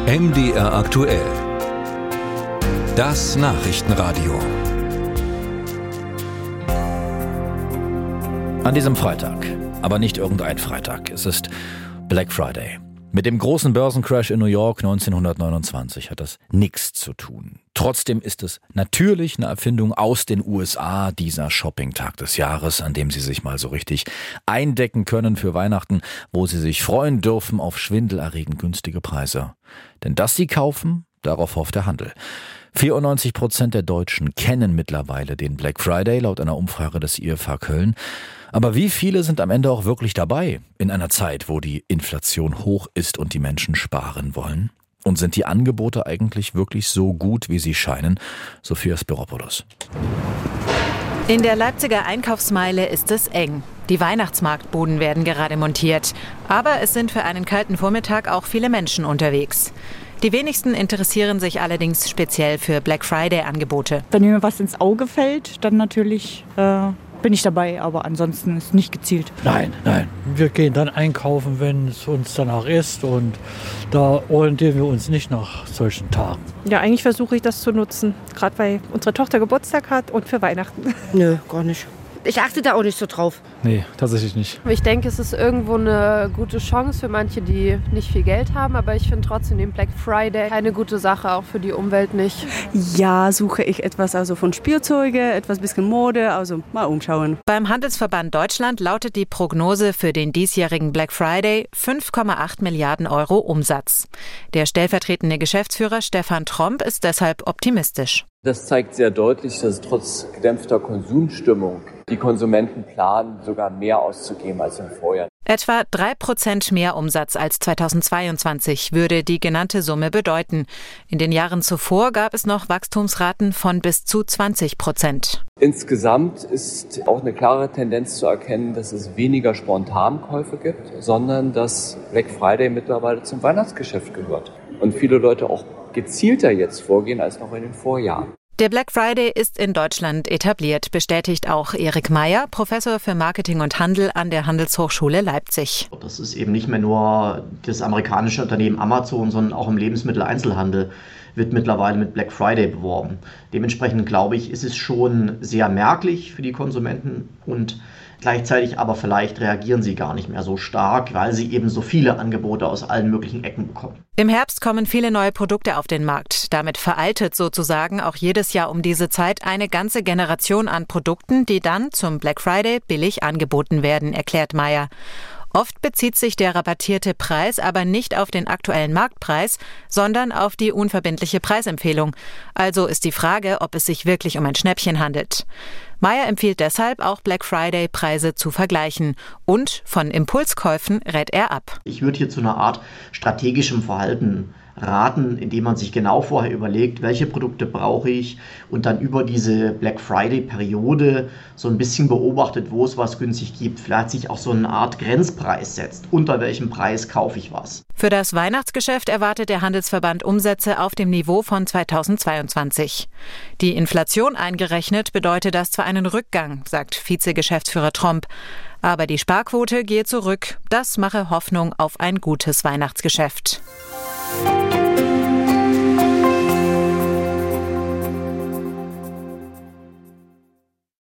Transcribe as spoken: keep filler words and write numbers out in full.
M D R aktuell. Das Nachrichtenradio. An diesem Freitag, aber nicht irgendein Freitag, es ist Black Friday. Mit dem großen Börsencrash in New York neunzehnhundertneunundzwanzig hat das nichts zu tun. Trotzdem ist es natürlich eine Erfindung aus den U S A, dieser Shopping-Tag des Jahres, an dem Sie sich mal so richtig eindecken können für Weihnachten, wo Sie sich freuen dürfen auf schwindelerregend günstige Preise. Denn dass Sie kaufen, darauf hofft der Handel. vierundneunzig Prozent der Deutschen kennen mittlerweile den Black Friday, laut einer Umfrage des I F H Köln. Aber wie viele sind am Ende auch wirklich dabei, in einer Zeit, wo die Inflation hoch ist und die Menschen sparen wollen? Und sind die Angebote eigentlich wirklich so gut, wie sie scheinen? Sophia Spiropoulos. In der Leipziger Einkaufsmeile ist es eng. Die Weihnachtsmarktbuden werden gerade montiert. Aber es sind für einen kalten Vormittag auch viele Menschen unterwegs. Die wenigsten interessieren sich allerdings speziell für Black Friday-Angebote. Wenn mir was ins Auge fällt, dann natürlich äh, bin ich dabei, aber ansonsten ist nicht gezielt. Nein, nein. Wir gehen dann einkaufen, wenn es uns danach ist, und da orientieren wir uns nicht nach solchen Tagen. Ja, eigentlich versuche ich das zu nutzen, gerade weil unsere Tochter Geburtstag hat und für Weihnachten. Nö, gar nicht. Ich achte da auch nicht so drauf. Nee, tatsächlich nicht. Ich denke, es ist irgendwo eine gute Chance für manche, die nicht viel Geld haben. Aber ich finde trotzdem den Black Friday eine gute Sache, auch für die Umwelt nicht. Ja, suche ich etwas also von Spielzeuge, etwas bisschen Mode, also mal umschauen. Beim Handelsverband Deutschland lautet die Prognose für den diesjährigen Black Friday fünf Komma acht Milliarden Euro Umsatz. Der stellvertretende Geschäftsführer Stefan Tromp ist deshalb optimistisch. Das zeigt sehr deutlich, dass trotz gedämpfter Konsumstimmung die Konsumenten planen, sogar mehr auszugeben als im Vorjahr. Etwa drei Prozent mehr Umsatz als zweitausendzweiundzwanzig würde die genannte Summe bedeuten. In den Jahren zuvor gab es noch Wachstumsraten von bis zu zwanzig Prozent. Insgesamt ist auch eine klare Tendenz zu erkennen, dass es weniger Spontankäufe gibt, sondern dass Black Friday mittlerweile zum Weihnachtsgeschäft gehört. Und viele Leute auch gezielter jetzt vorgehen als noch in den Vorjahren. Der Black Friday ist in Deutschland etabliert, bestätigt auch Erik Meyer, Professor für Marketing und Handel an der Handelshochschule Leipzig. Das ist eben nicht mehr nur das amerikanische Unternehmen Amazon, sondern auch im Lebensmitteleinzelhandel wird mittlerweile mit Black Friday beworben. Dementsprechend glaube ich, ist es schon sehr merklich für die Konsumenten, und gleichzeitig aber vielleicht reagieren sie gar nicht mehr so stark, weil sie eben so viele Angebote aus allen möglichen Ecken bekommen. Im Herbst kommen viele neue Produkte auf den Markt. Damit veraltet sozusagen auch jedes Jahr um diese Zeit eine ganze Generation an Produkten, die dann zum Black Friday billig angeboten werden, erklärt Meyer. Oft bezieht sich der rabattierte Preis aber nicht auf den aktuellen Marktpreis, sondern auf die unverbindliche Preisempfehlung. Also ist die Frage, ob es sich wirklich um ein Schnäppchen handelt. Meyer empfiehlt deshalb, auch Black Friday-Preise zu vergleichen. Und von Impulskäufen rät er ab. Ich würde hier zu einer Art strategischem Verhalten raten, indem man sich genau vorher überlegt, welche Produkte brauche ich, und dann über diese Black Friday-Periode so ein bisschen beobachtet, wo es was günstig gibt. Vielleicht sich auch so eine Art Grenzpreis setzt. Unter welchem Preis kaufe ich was? Für das Weihnachtsgeschäft erwartet der Handelsverband Umsätze auf dem Niveau von zweitausendzweiundzwanzig. Die Inflation eingerechnet bedeutet das zwar einen Rückgang, sagt Vizegeschäftsführer Tromp. Aber die Sparquote gehe zurück. Das mache Hoffnung auf ein gutes Weihnachtsgeschäft.